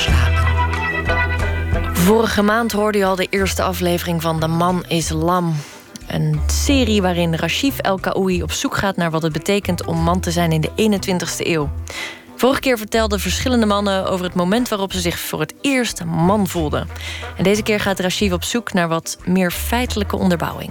slapen. Vorige maand hoorde je al de eerste aflevering van De Man is Lam. Een serie waarin Rashif El Kaoui op zoek gaat naar wat het betekent om man te zijn in de 21ste eeuw. Vorige keer vertelden verschillende mannen over het moment waarop ze zich voor het eerst man voelden. En deze keer gaat Rashif op zoek naar wat meer feitelijke onderbouwing.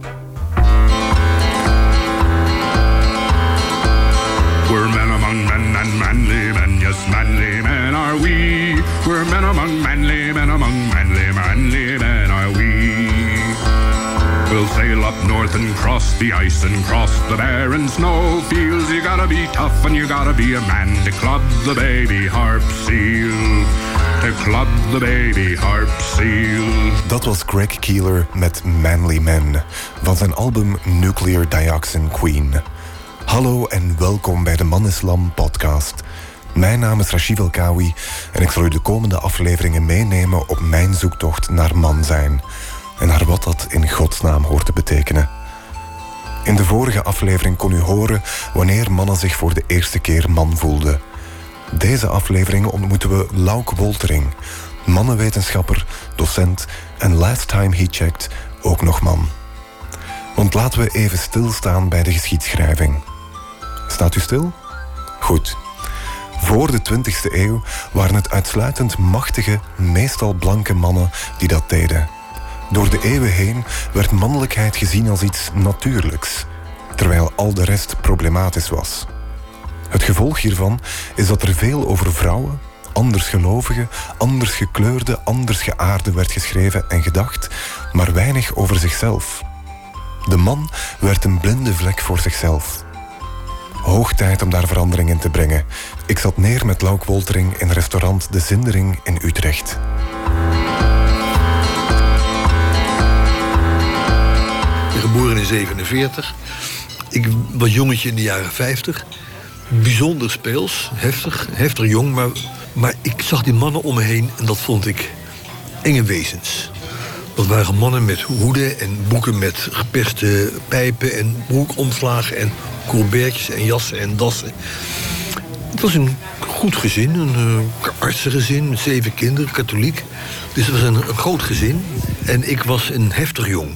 We're men among men and manly men, yes, manly men are we. We're men among manly men among manly men are we. We'll sail up north and cross the ice and cross the barren snow fields. You gotta be tough and you gotta be a man to club the baby harp seal. To club the baby harp seal. Dat was Greg Keeler met Manly Men van zijn album Nuclear Dioxin Queen. Hallo en welkom bij de Man is Lam podcast. Mijn naam is Rashif El Kaoui en ik zal u de komende afleveringen meenemen op mijn zoektocht naar man zijn. En naar wat dat in godsnaam hoort te betekenen. In de vorige aflevering kon u horen wanneer mannen zich voor de eerste keer man voelden. Deze aflevering ontmoeten we Lauk Woltering, mannenwetenschapper, docent en last time he checked ook nog man. Want laten we even stilstaan bij de geschiedschrijving. Staat u stil? Goed. Voor de 20e eeuw waren het uitsluitend machtige, meestal blanke mannen die dat deden. Door de eeuwen heen werd mannelijkheid gezien als iets natuurlijks, terwijl al de rest problematisch was. Het gevolg hiervan is dat er veel over vrouwen, andersgelovigen, anders gekleurde, anders geaarde werd geschreven en gedacht, maar weinig over zichzelf. De man werd een blinde vlek voor zichzelf. Hoog tijd om daar verandering in te brengen. Ik zat neer met Lauk Woltering in restaurant De Zindering in Utrecht. Geboren in 47. Ik was jongetje in de jaren 50. Bijzonder speels, heftig jong. Maar ik zag die mannen om me heen en dat vond ik enge wezens. Dat waren mannen met hoeden en broeken met geperste pijpen en broekomslagen en colbertjes en jassen en dassen. Het was een goed gezin, een artsengezin met 7 kinderen, katholiek. Dus het was een groot gezin en ik was een heftig jong.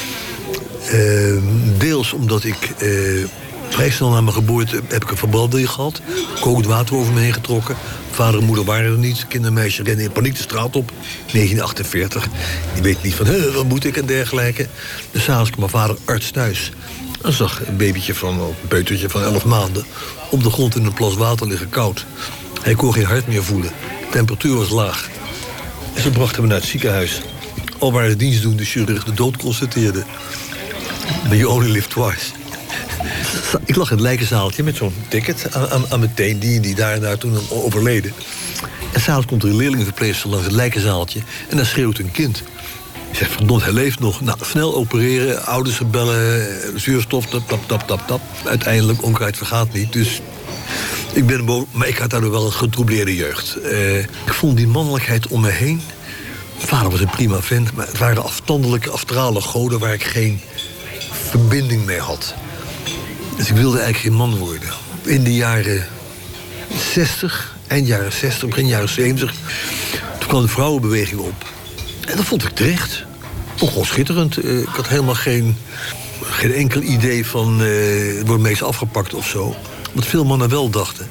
Deels omdat ik vrij snel na mijn geboorte heb ik een verbranding gehad. Kokend water over me heen getrokken. Vader en moeder waren er niet. Kindermeisje rennen in paniek de straat op. 1948. Die weet niet van, wat moet ik en dergelijke. Dus s'avonds kwam mijn vader arts thuis. En zag een babytje een peutertje van 11 maanden... op de grond in een plas water liggen koud. Hij kon geen hart meer voelen. De temperatuur was laag. En ze brachten me naar het ziekenhuis. Al waar de dienstdoende chirurg de dood constateerde. But you only live twice. Ik lag in het lijkenzaaltje met zo'n ticket aan mijn teen... die daar toen overleden. En s'avonds komt er een leerlingenverpleegster langs het lijkenzaaltje... en dan schreeuwt een kind. Ik zeg, verdomd, hij leeft nog. Nou, snel opereren, ouders bellen, zuurstof, tap. Uiteindelijk, onkruid vergaat niet, dus... Ik ben boven, maar ik had daardoor wel een getroubleerde jeugd. Ik vond die mannelijkheid om me heen... Mijn vader was een prima vent, maar het waren afstandelijke, astrale goden... waar ik geen verbinding mee had. Dus ik wilde eigenlijk geen man worden. In de jaren 60, eind jaren 60, begin jaren 70... toen kwam de vrouwenbeweging op. En dat vond ik terecht. Vond gewoon schitterend. Ik had helemaal geen enkel idee van... wordt meest afgepakt of zo. Wat veel mannen wel dachten.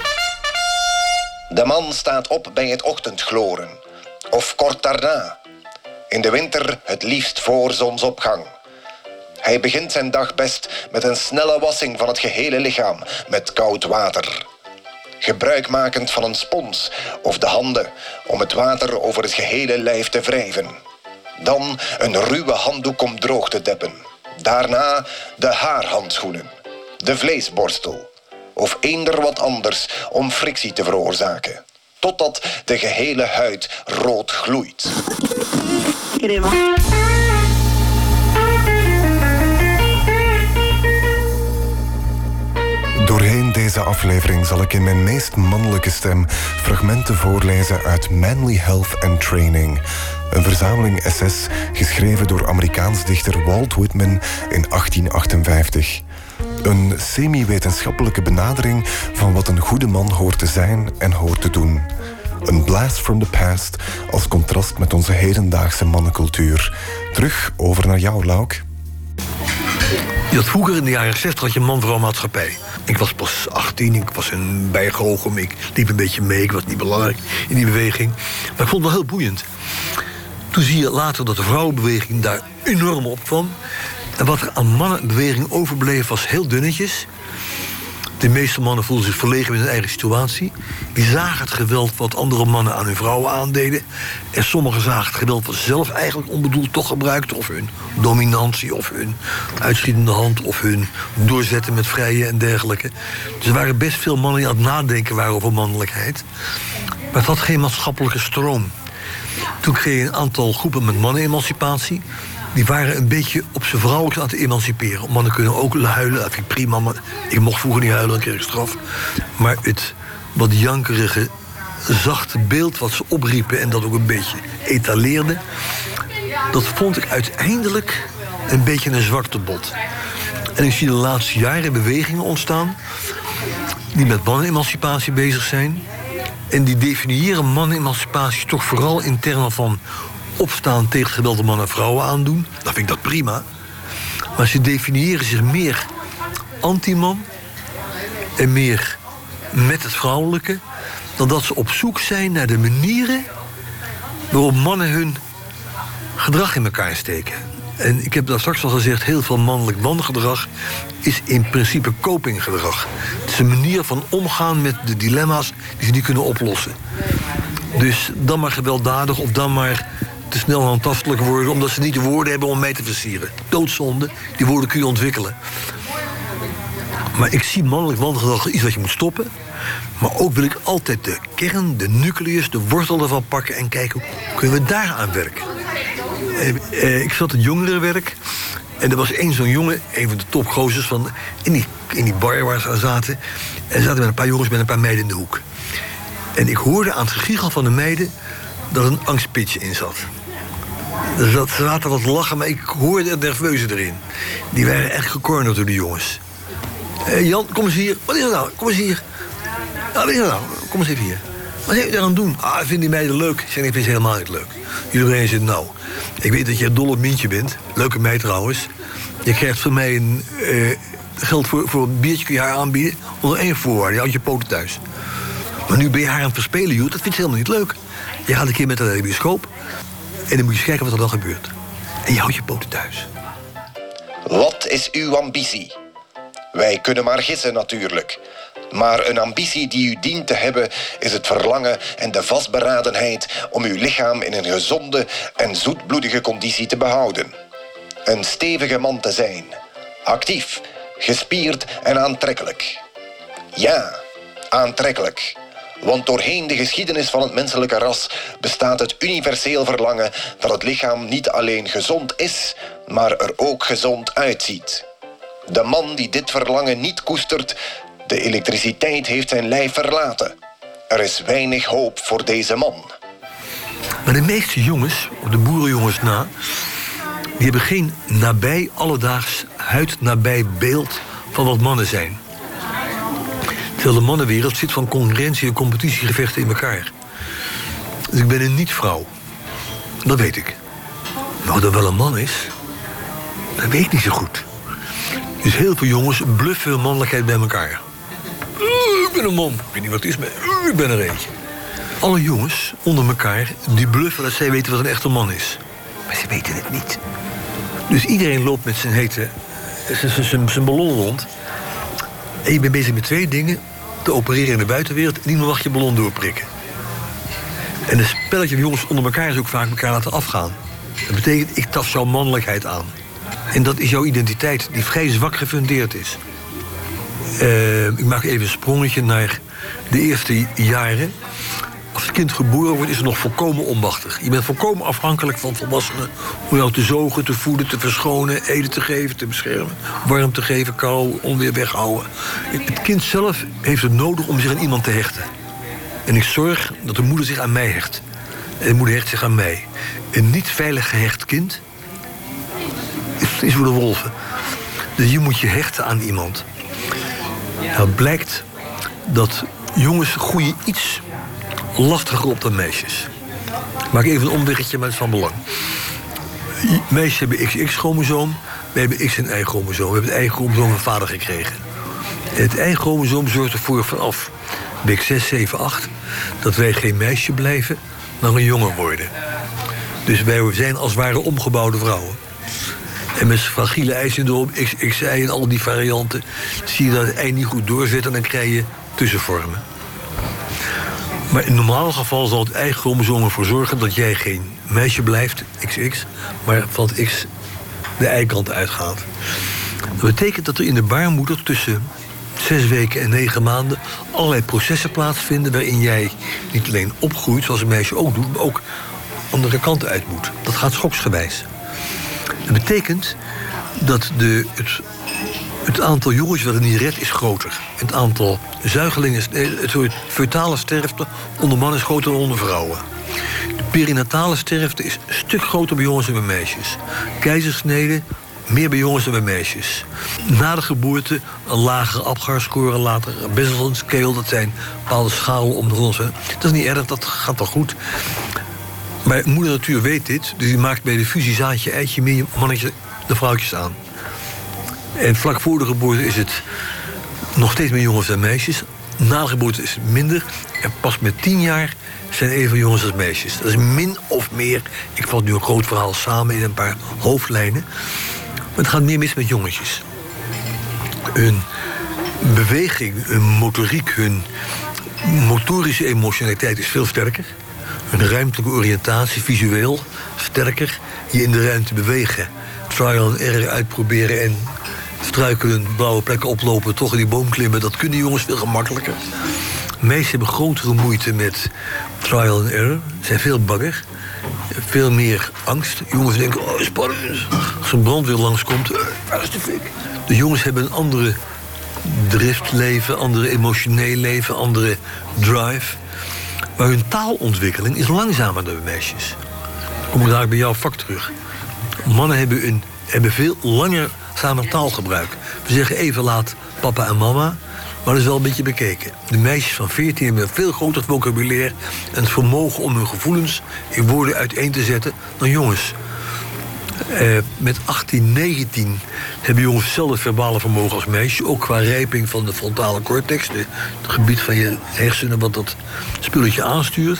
De man staat op bij het ochtendgloren. Of kort daarna. In de winter het liefst voor zonsopgang. Hij begint zijn dag best met een snelle wassing van het gehele lichaam met koud water. Gebruikmakend van een spons of de handen om het water over het gehele lijf te wrijven. Dan een ruwe handdoek om droog te deppen. Daarna de haarhandschoenen, de vleesborstel of eender wat anders om frictie te veroorzaken. Totdat de gehele huid rood gloeit. Doorheen deze aflevering zal ik in mijn meest mannelijke stem fragmenten voorlezen uit Manly Health and Training. Een verzameling essays geschreven door Amerikaans dichter Walt Whitman in 1858. Een semi-wetenschappelijke benadering van wat een goede man hoort te zijn en hoort te doen. Een blast from the past als contrast met onze hedendaagse mannencultuur. Terug over naar jou, Lauk. Je had vroeger in de jaren 60 had je man-vrouw maatschappij. Ik was pas 18, ik was een bijgehoogem, ik liep een beetje mee, ik was niet belangrijk in die beweging. Maar ik vond het wel heel boeiend. Toen zie je later dat de vrouwenbeweging daar enorm op kwam. En wat er aan mannenbeweging overbleef was heel dunnetjes. De meeste mannen voelden zich verlegen met hun eigen situatie. Die zagen het geweld wat andere mannen aan hun vrouwen aandeden. En sommigen zagen het geweld wat ze zelf eigenlijk onbedoeld toch gebruikten. Of hun dominantie, of hun uitschietende hand, of hun doorzetten met vrije en dergelijke. Dus er waren best veel mannen die aan het nadenken waren over mannelijkheid. Maar het had geen maatschappelijke stroom. Toen kreeg je een aantal groepen met mannenemancipatie. Die waren een beetje op z'n vrouwelijk aan het emanciperen. Mannen kunnen ook huilen, dat vind ik prima. Maar ik mocht vroeger niet huilen, dan kreeg ik straf. Maar het wat jankerige, zachte beeld wat ze opriepen... en dat ook een beetje etaleerden... dat vond ik uiteindelijk een beetje een zwarte bot. En ik zie de laatste jaren bewegingen ontstaan... die met mannenemancipatie bezig zijn... en die definiëren mannenemancipatie toch vooral in termen van... opstaan tegen geweld dat mannen en vrouwen aandoen. Dan vind ik dat prima. Maar ze definiëren zich meer anti-man... en meer met het vrouwelijke... dan dat ze op zoek zijn naar de manieren... waarop mannen hun gedrag in elkaar steken. En ik heb daar straks al gezegd... heel veel mannelijk wangedrag is in principe copinggedrag. Het is een manier van omgaan met de dilemma's... die ze niet kunnen oplossen. Dus dan maar gewelddadig of dan maar... te snel aantastelijk worden... omdat ze niet de woorden hebben om mee te versieren. Doodzonde, die woorden kun je ontwikkelen. Maar ik zie mannelijk wangedrag als iets wat je moet stoppen. Maar ook wil ik altijd de kern, de nucleus, de wortel ervan pakken... en kijken, hoe kunnen we daar aan werken? Ik zat in jongerenwerk... en er was één zo'n jongen, een van de topgozers... van in die bar waar ze aan zaten... en zaten met een paar jongens met een paar meiden in de hoek. En ik hoorde aan het gegiegel van de meiden... dat er een angstpitje in zat. Ze zaten wat lachen, maar ik hoorde het nerveuze erin. Die waren echt gecornerd door de jongens. Jan, kom eens hier. Wat is er nou? Kom eens hier. Wat is er nou? Kom eens even hier. Wat zijn jullie aan het doen? Ik vind die meiden leuk. Ik zeg, ik vind ze helemaal niet leuk. Iedereen zegt, nou, ik weet dat jij dol op Mientje bent. Leuke meid trouwens. Je krijgt van mij een geld voor een biertje, kun je haar aanbieden. Onder één voorwaarde, je houdt je poten thuis. Maar nu ben je haar aan het verspelen, joh. Dat vindt ze helemaal niet leuk. Je gaat een keer met haar naar de bioscoop... en dan moet je eens kijken wat er dan gebeurt. En je houdt je poten thuis. Wat is uw ambitie? Wij kunnen maar gissen natuurlijk. Maar een ambitie die u dient te hebben... is het verlangen en de vastberadenheid... om uw lichaam in een gezonde en zoetbloedige conditie te behouden. Een stevige man te zijn. Actief, gespierd en aantrekkelijk. Ja, aantrekkelijk. Want doorheen de geschiedenis van het menselijke ras bestaat het universeel verlangen dat het lichaam niet alleen gezond is, maar er ook gezond uitziet. De man die dit verlangen niet koestert, de elektriciteit heeft zijn lijf verlaten. Er is weinig hoop voor deze man. Maar de meeste jongens, op de boerenjongens na, die hebben geen nabij alledaags huidnabij beeld van wat mannen zijn. Terwijl de mannenwereld zit van concurrentie en competitiegevechten in elkaar. Dus ik ben een niet-vrouw. Dat weet ik. Maar of dat wel een man is, dat weet ik niet zo goed. Dus heel veel jongens bluffen hun mannelijkheid bij elkaar. Ik ben een man. Ik weet niet wat het is, maar ik ben er eentje. Alle jongens onder elkaar die bluffen dat zij weten wat een echte man is. Maar ze weten het niet. Dus iedereen loopt met zijn ballon rond. En je bent bezig met twee dingen. Te opereren in de buitenwereld en niemand mag je ballon doorprikken. En het spelletje van jongens onder elkaar is ook vaak elkaar laten afgaan. Dat betekent, ik tast jouw mannelijkheid aan. En dat is jouw identiteit, die vrij zwak gefundeerd is. Ik maak even een sprongetje naar de eerste jaren. Als het kind geboren wordt, is het nog volkomen onmachtig. Je bent volkomen afhankelijk van volwassenen om jou te zogen, te voeden, te verschonen, eten te geven, te beschermen, warm te geven, kou, onweer weghouden. Het kind zelf heeft het nodig om zich aan iemand te hechten. En ik zorg dat de moeder zich aan mij hecht. En de moeder hecht zich aan mij. Een niet veilig gehecht kind is voor de wolven. Dus je moet je hechten aan iemand. Nou, het blijkt dat jongens groeien iets lastiger op dan meisjes. Ik maak even een omweggetje, maar het is van belang. Meisjes hebben XX-chromosoom, wij hebben X- en Y-chromosoom. We hebben het Y-chromosoom van vader gekregen. Het Y-chromosoom zorgt ervoor vanaf week 6, 7, 8... dat wij geen meisje blijven, maar een jongen worden. Dus wij zijn als het ware omgebouwde vrouwen. En met fragiele Y-syndroom, XXY en al die varianten... zie je dat het ei niet goed doorzet en dan krijg je tussenvormen. Maar in normale geval zal het Y-chromosoom ervoor zorgen... dat jij geen meisje blijft, XX, maar van het X de Y-kant uitgaat. Dat betekent dat er in de baarmoeder tussen 6 weken en 9 maanden... allerlei processen plaatsvinden waarin jij niet alleen opgroeit... zoals een meisje ook doet, maar ook andere kanten uit moet. Dat gaat schoksgewijs. Dat betekent dat het aantal jongens dat het niet redt is groter. Het aantal zuigelingen, het fetale sterfte onder mannen is groter dan onder vrouwen. De perinatale sterfte is een stuk groter bij jongens dan bij meisjes. Keizersneden meer bij jongens dan bij meisjes. Na de geboorte een lagere Apgar-score, later Basal scale. Dat zijn bepaalde schalen om de grond. Dat is niet erg, dat gaat wel goed. Maar moeder natuur weet dit, dus die maakt bij de fusie zaadje, eitje meer mannetjes dan vrouwtjes aan. En vlak voor de geboorte is het nog steeds meer jongens dan meisjes. Na de geboorte is het minder. En pas met 10 jaar zijn even jongens als meisjes. Dat is min of meer, ik vat nu een groot verhaal samen in een paar hoofdlijnen. Maar het gaat meer mis met jongetjes. Hun beweging, hun motoriek, hun motorische emotionaliteit is veel sterker. Hun ruimtelijke oriëntatie, visueel, sterker. Je in de ruimte bewegen. Trial and error uitproberen en struikelen, blauwe plekken oplopen, toch in die boom klimmen. Dat kunnen jongens veel gemakkelijker. Meisjes hebben grotere moeite met trial and error. Zijn veel banger. Veel meer angst. Jongens denken, oh, spannend. Als een brandweer langskomt, waar is de fik? De jongens hebben een andere driftleven, andere emotioneel leven, andere drive. Maar hun taalontwikkeling is langzamer dan bij meisjes. Kom ik daar bij jouw vak terug. Mannen hebben veel langer samen taalgebruik. We zeggen even laat papa en mama, maar dat is wel een beetje bekeken. De meisjes van 14 hebben een veel groter vocabulaire en het vermogen om hun gevoelens in woorden uiteen te zetten dan jongens. Met 18, 19 hebben jongens hetzelfde verbale vermogen als meisjes. Ook qua rijping van de frontale cortex, het gebied van je hersenen wat dat spulletje aanstuurt.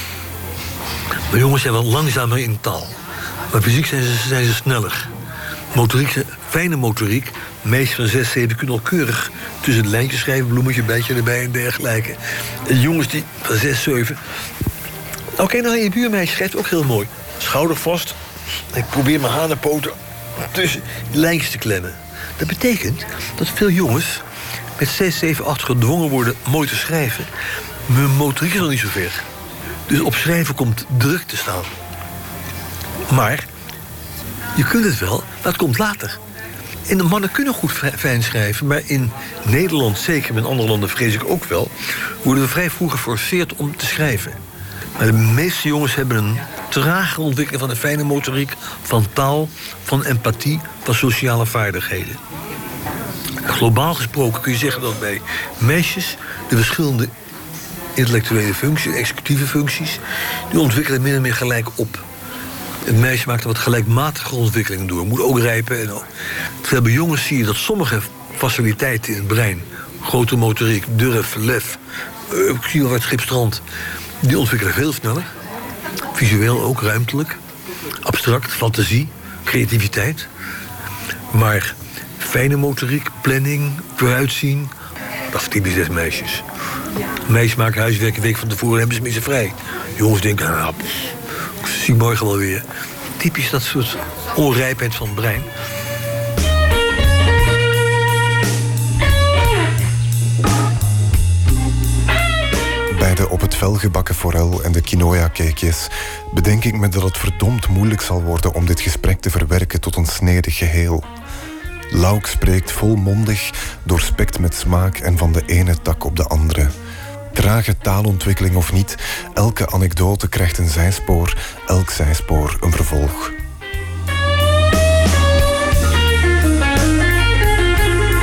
Maar jongens zijn wel langzamer in taal. Maar fysiek zijn ze sneller. Motoriek, fijne motoriek. Meisjes van 6, 7 kunnen al keurig tussen de lijntjes schrijven, bloemetje, bijtje erbij en dergelijke. En jongens die van 6, 7... Oké, nou, je buurmeisje schrijft ook heel mooi. Schouder vast. Ik probeer mijn hanenpoten tussen de lijntjes te klemmen. Dat betekent dat veel jongens met 6, 7, 8 gedwongen worden mooi te schrijven. Mijn motoriek is nog niet zo ver. Dus op schrijven komt druk te staan. Maar je kunt het wel, maar het komt later. En de mannen kunnen goed fijn schrijven, maar in Nederland, zeker met andere landen vrees ik ook wel, worden we vrij vroeg geforceerd om te schrijven. Maar de meeste jongens hebben een trage ontwikkeling van de fijne motoriek, van taal, van empathie, van sociale vaardigheden. Globaal gesproken kun je zeggen dat bij meisjes de verschillende intellectuele functies, executieve functies, die ontwikkelen min en meer gelijk op. Het meisje maakt een wat gelijkmatige ontwikkeling door. Moet ook rijpen. Terwijl bij jongens zie je dat sommige faciliteiten in het brein, grote motoriek, durf, lef, ik zie wel wat schipstrand, die ontwikkelen veel sneller. Visueel ook, ruimtelijk. Abstract, fantasie, creativiteit. Maar fijne motoriek, planning, vooruitzien, dat is typisch des meisjes. Meisjes maken huiswerk een week van tevoren en hebben ze minstens vrij. Jongens denken, nou, ik zie morgen wel weer. Typisch dat soort onrijpheid van het brein. Bij de op het vel gebakken forel en de quinoa-cakejes bedenk ik me dat het verdomd moeilijk zal worden om dit gesprek te verwerken tot een snedig geheel. Lauk spreekt volmondig, doorspekt met smaak en van de ene tak op de andere. Trage taalontwikkeling of niet, elke anekdote krijgt een zijspoor, elk zijspoor een vervolg.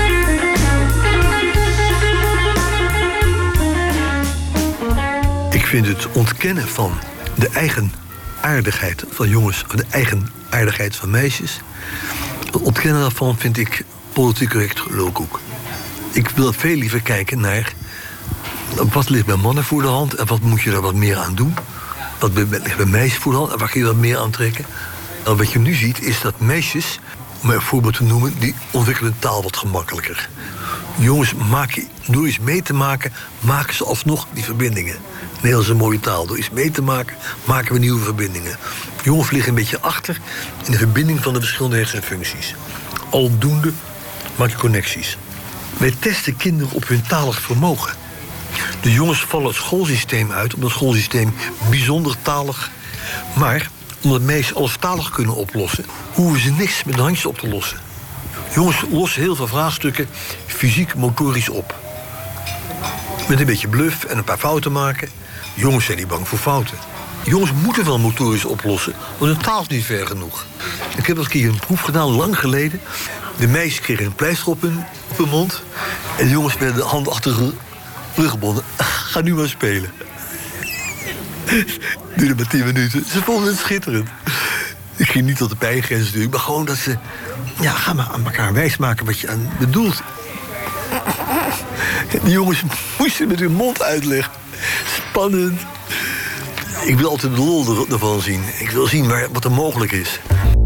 Ik vind het ontkennen van de eigen aardigheid van jongens... of de eigen aardigheid van meisjes... het ontkennen daarvan vind ik politiek correct lulkoek. Ik wil veel liever kijken naar... wat ligt bij mannen voor de hand en wat moet je daar wat meer aan doen? Wat ligt bij meisjes voor de hand en waar kun je wat meer aan trekken? En wat je nu ziet is dat meisjes, om een voorbeeld te noemen... die ontwikkelen taal wat gemakkelijker. Jongens maken, door iets mee te maken, maken ze alsnog die verbindingen. Nederlands is een mooie taal. Door iets mee te maken, maken we nieuwe verbindingen. Jongens liggen een beetje achter in de verbinding van de verschillende hersenfuncties. Aldoende maak je connecties. Wij testen kinderen op hun talig vermogen. De jongens vallen het schoolsysteem uit, omdat het schoolsysteem bijzonder talig... maar omdat meisjes alles talig kunnen oplossen... hoeven ze niks met de handjes op te lossen. Jongens lossen heel veel vraagstukken fysiek-motorisch op. Met een beetje bluff en een paar fouten maken. Jongens zijn niet bang voor fouten. Jongens moeten wel motorisch oplossen, want hun taal is niet ver genoeg. Ik heb eens een keer een proef gedaan, lang geleden. De meisjes kregen een pleister op hun mond... en de jongens werden de hand achter de rug gebonden. Ga nu maar spelen. Duurde maar 10 minuten. Ze vonden het schitterend. Ik ging niet tot de pijngrens natuurlijk, maar gewoon dat ze... ja, ga maar aan elkaar wijsmaken wat je aan bedoelt. Die jongens moesten met hun mond uitleggen. Spannend. Ik wil altijd de lol ervan zien. Ik wil zien wat er mogelijk is.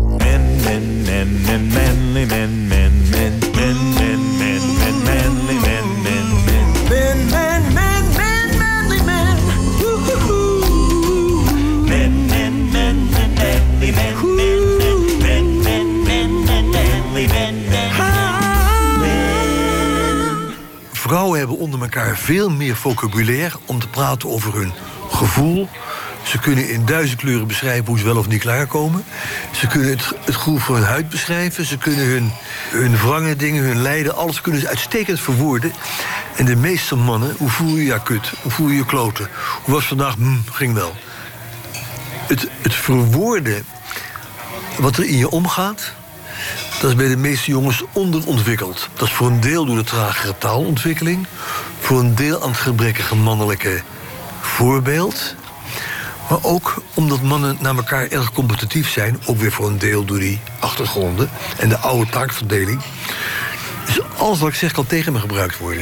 Vrouwen hebben onder elkaar veel meer vocabulaire om te praten over hun gevoel. Ze kunnen in 1000 kleuren beschrijven hoe ze wel of niet klaarkomen. Ze kunnen het gevoel van hun huid beschrijven. Ze kunnen hun wrangen dingen, hun lijden, alles kunnen ze uitstekend verwoorden. En de meeste mannen, hoe voel je je kut? Hoe voel je je kloten? Hoe was vandaag? Ging wel. Het verwoorden wat er in je omgaat... dat is bij de meeste jongens onderontwikkeld. Dat is voor een deel door de tragere taalontwikkeling... voor een deel aan het gebrekkige mannelijke voorbeeld... maar ook omdat mannen naar elkaar erg competitief zijn... ook weer voor een deel door die achtergronden en de oude taakverdeling. Dus alles wat ik zeg kan tegen me gebruikt worden.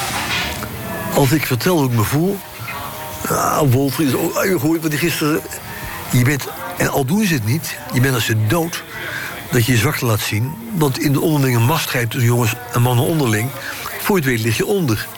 Als ik vertel hoe ik me voel... Wolf, je hoort wat die gisteren... Je bent, en al doen ze het niet, je bent als je dood... dat je je zwakte laat zien. Want in de onderlinge machtsstrijd tussen jongens en mannen onderling... voor je het weet lig je onder.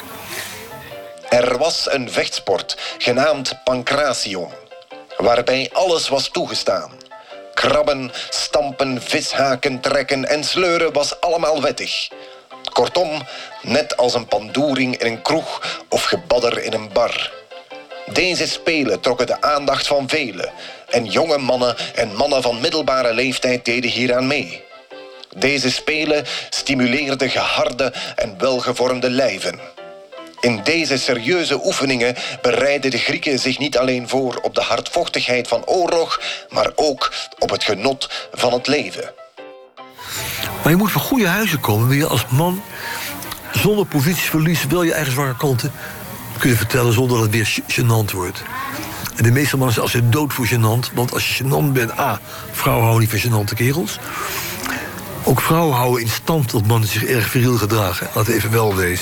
Er was een vechtsport genaamd pancration, waarbij alles was toegestaan. Krabben, stampen, vishaken, trekken en sleuren was allemaal wettig. Kortom, net als een pandoering in een kroeg of gebadder in een bar. Deze spelen trokken de aandacht van velen... en jonge mannen en mannen van middelbare leeftijd deden hieraan mee. Deze spelen stimuleerden geharde en welgevormde lijven. In deze serieuze oefeningen bereidden de Grieken zich niet alleen voor op de hardvochtigheid van oorlog... maar ook op het genot van het leven. Maar je moet van goede huizen komen, wil je als man... zonder positieverlies wel je eigen zwakke kanten kunnen vertellen... zonder dat het weer gênant wordt. En de meeste mannen zijn als je dood voor gênant. Want als je gênant bent, vrouwen houden niet van gênante kerels. Ook vrouwen houden in stand dat mannen zich erg viriel gedragen. Laten we even wel wezen.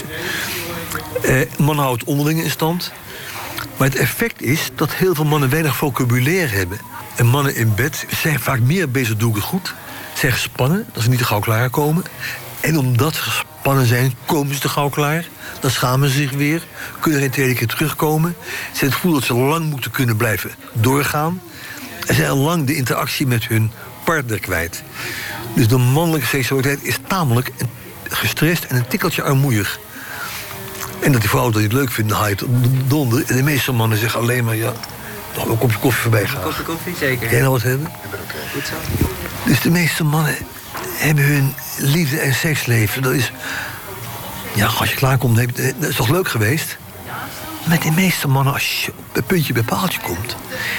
Mannen houden het onderling in stand. Maar het effect is dat heel veel mannen weinig vocabulaire hebben. En mannen in bed zijn vaak meer bezig, doe ik het goed. Zijn gespannen, dat ze niet te gauw klaarkomen. En omdat ze gespannen zijn, komen ze te gauw klaar. Dan schamen ze zich weer, kunnen geen tweede keer terugkomen. Ze hebben het gevoel dat ze lang moeten kunnen blijven doorgaan. En zijn al lang de interactie met hun partner kwijt. Dus de mannelijke seksualiteit is tamelijk gestrest en een tikkeltje armoeig. En dat die vrouwen dat niet leuk vinden, haal je het donder. En de meeste mannen zeggen alleen maar, ja, nog een kopje koffie voorbij gaan. Een kopje koffie, zeker. Jij nou wat hebben? Ik ben oké. Goed zo. Dus de meeste mannen hebben hun liefde- en seksleven. Dat is, ja, als je klaarkomt, dat is toch leuk geweest? Met de meeste mannen, als je op een puntje bij paaltje komt...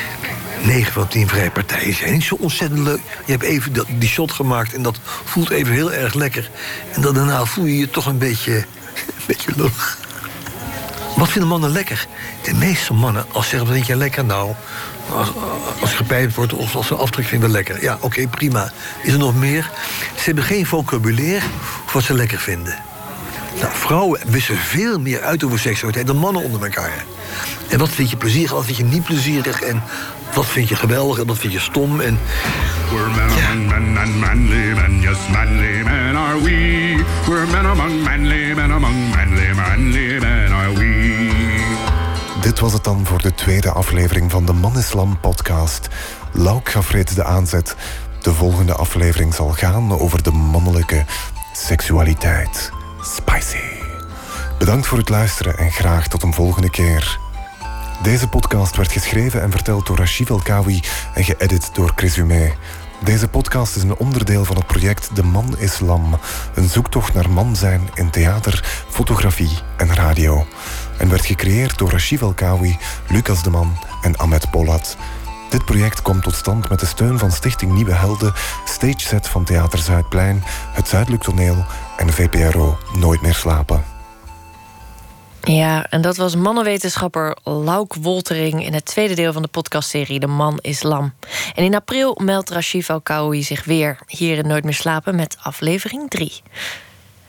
9 van 10 vrije partijen zijn niet zo ontzettend leuk. Je hebt even die shot gemaakt en dat voelt even heel erg lekker. En dan daarna voel je je toch een beetje lullig. Wat vinden mannen lekker? De meeste mannen, als ze zeggen, wat vind je lekker? Nou, als gepijpt wordt of als ze aftrek vinden lekker. Ja, oké, prima. Is er nog meer? Ze hebben geen vocabulaire voor wat ze lekker vinden. Nou, vrouwen wisselen veel meer uit over seksualiteit dan mannen onder elkaar. En wat vind je plezierig, wat vind je niet plezierig... en wat vind je geweldig en wat vind je stom. En We're men among men and manly men, yes, manly men are we. We're men among manly men are we. Dit was het dan voor de tweede aflevering van de Man is Lam podcast. Lauk gaf reeds de aanzet. De volgende aflevering zal gaan over de mannelijke seksualiteit. Spicy. Bedankt voor het luisteren en graag tot een volgende keer. Deze podcast werd geschreven en verteld door Rachif Elkaoui en geëdit door Chris Humé. Deze podcast is een onderdeel van het project De Man is Lam. Een zoektocht naar man zijn in theater, fotografie en radio. En werd gecreëerd door Rachif Elkaoui, Lucas de Man en Ahmed Polat. Dit project komt tot stand met de steun van Stichting Nieuwe Helden, Stageset van Theater Zuidplein, het Zuidelijk Toneel en VPRO Nooit meer slapen. Ja, en dat was mannenwetenschapper Lauk Woltering in het tweede deel van de podcastserie De Man is Lam. En in april meldt Rachif Elkaoui zich weer hier in Nooit meer slapen met aflevering 3.